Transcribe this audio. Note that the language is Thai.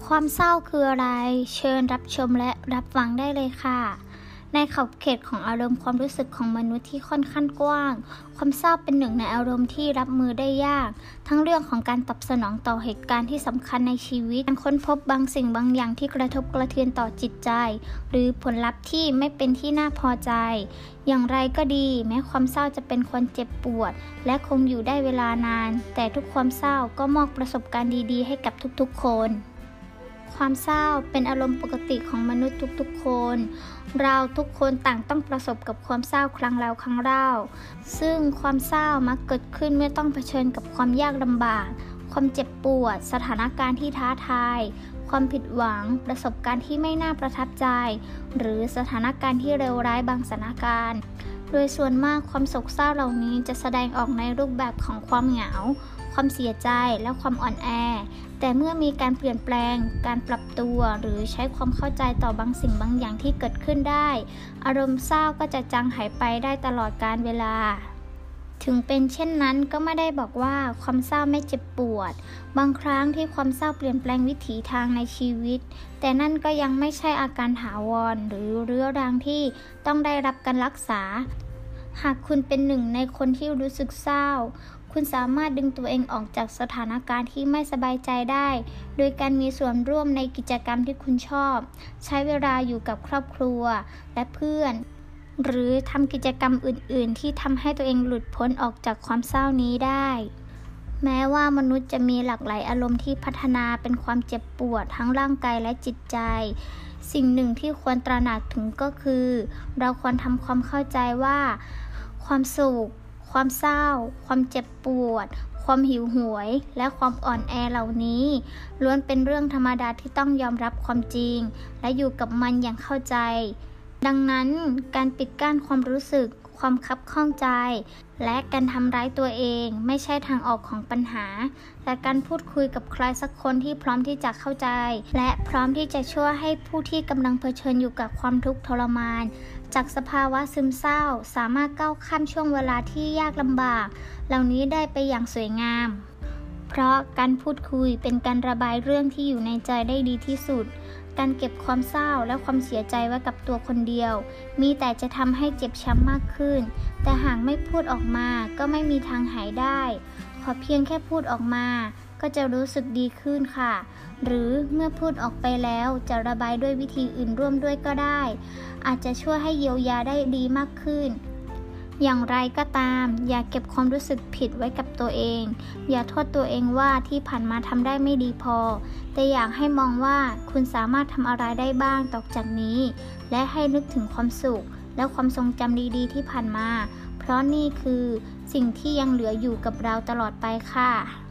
ความเศร้าคืออะไรเชิญรับชมและรับฟังได้เลยค่ะในขอบเขตของอารมณ์ความรู้สึกของมนุษย์ที่ค่อนข้างกว้างความเศร้าเป็นหนึ่งในอารมณ์ที่รับมือได้ยากทั้งเรื่องของการตอบสนองต่อเหตุการณ์ที่สำคัญในชีวิตการค้นพบบางสิ่งบางอย่างที่กระทบกระเทือนต่อจิตใจหรือผลลัพธ์ที่ไม่เป็นที่น่าพอใจอย่างไรก็ดีแม้ความเศร้าจะเป็นคนเจ็บปวดและคงอยู่ได้เวลานานแต่ทุกความเศร้าก็มอบประสบการณ์ดีๆให้กับทุกๆคนความเศร้าเป็นอารมณ์ปกติของมนุษย์ทุกๆคนเราทุกคนต่างต้องประสบกับความเศร้าครั้งแล้วครั้งเล่าซึ่งความเศร้ามักเกิดขึ้นเมื่อต้องเผชิญกับความยากลำบากความเจ็บปวดสถานการณ์ที่ท้าทายความผิดหวังประสบการณ์ที่ไม่น่าประทับใจหรือสถานการณ์ที่เลวร้ายบางสถานการณ์โดยส่วนมากความโศกเศร้าเหล่านี้จะแสดงออกในรูปแบบของความเหงาความเสียใจและความอ่อนแอแต่เมื่อมีการเปลี่ยนแปลงการปรับตัวหรือใช้ความเข้าใจต่อบางสิ่งบางอย่างที่เกิดขึ้นได้อารมณ์เศร้าก็จะจางหายไปได้ตลอดกาลเวลาถึงเป็นเช่นนั้นก็ไม่ได้บอกว่าความเศร้าไม่เจ็บปวดบางครั้งที่ความเศร้าเปลี่ยนแปลงวิถีทางในชีวิตแต่นั่นก็ยังไม่ใช่อาการถาวรหรือเรื้อรังที่ต้องได้รับการรักษาหากคุณเป็นหนึ่งในคนที่รู้สึกเศร้าคุณสามารถดึงตัวเองออกจากสถานการณ์ที่ไม่สบายใจได้โดยการมีส่วนร่วมในกิจกรรมที่คุณชอบใช้เวลาอยู่กับครอบครัวและเพื่อนหรือทำกิจกรรมอื่นๆที่ทำให้ตัวเองหลุดพ้นออกจากความเศร้านี้ได้แม้ว่ามนุษย์จะมีหลากหลายอารมณ์ที่พัฒนาเป็นความเจ็บปวดทั้งร่างกายและจิตใจสิ่งหนึ่งที่ควรตระหนักถึงก็คือเราควรทำความเข้าใจว่าความสุขความเศร้าความเจ็บปวดความหิวโหยและความอ่อนแอเหล่านี้ล้วนเป็นเรื่องธรรมดาที่ต้องยอมรับความจริงและอยู่กับมันอย่างเข้าใจดังนั้นการปิดกั้นความรู้สึกความคับข้องใจและการทำร้ายตัวเองไม่ใช่ทางออกของปัญหาแต่การพูดคุยกับใครสักคนที่พร้อมที่จะเข้าใจและพร้อมที่จะช่วยให้ผู้ที่กำลังเผชิญอยู่กับความทุกข์ทรมานจากสภาวะซึมเศร้าสามารถก้าวข้ามช่วงเวลาที่ยากลำบากเหล่านี้ได้ไปอย่างสวยงามเพราะการพูดคุยเป็นการระบายเรื่องที่อยู่ในใจได้ดีที่สุดการเก็บความเศร้าและความเสียใจไว้กับตัวคนเดียวมีแต่จะทำให้เจ็บช้ำมากขึ้นแต่หากไม่พูดออกมาก็ไม่มีทางหายได้ขอเพียงแค่พูดออกมาก็จะรู้สึกดีขึ้นค่ะหรือเมื่อพูดออกไปแล้วจะระบายด้วยวิธีอื่นร่วมด้วยก็ได้อาจจะช่วยให้เยียวยาได้ดีมากขึ้นอย่างไรก็ตามอย่าเก็บความรู้สึกผิดไว้กับตัวเองอย่าโทษตัวเองว่าที่ผ่านมาทำได้ไม่ดีพอแต่อยากให้มองว่าคุณสามารถทำอะไรได้บ้างต่อจากนี้และให้นึกถึงความสุขและความทรงจำดีๆที่ผ่านมาเพราะนี่คือสิ่งที่ยังเหลืออยู่กับเราตลอดไปค่ะ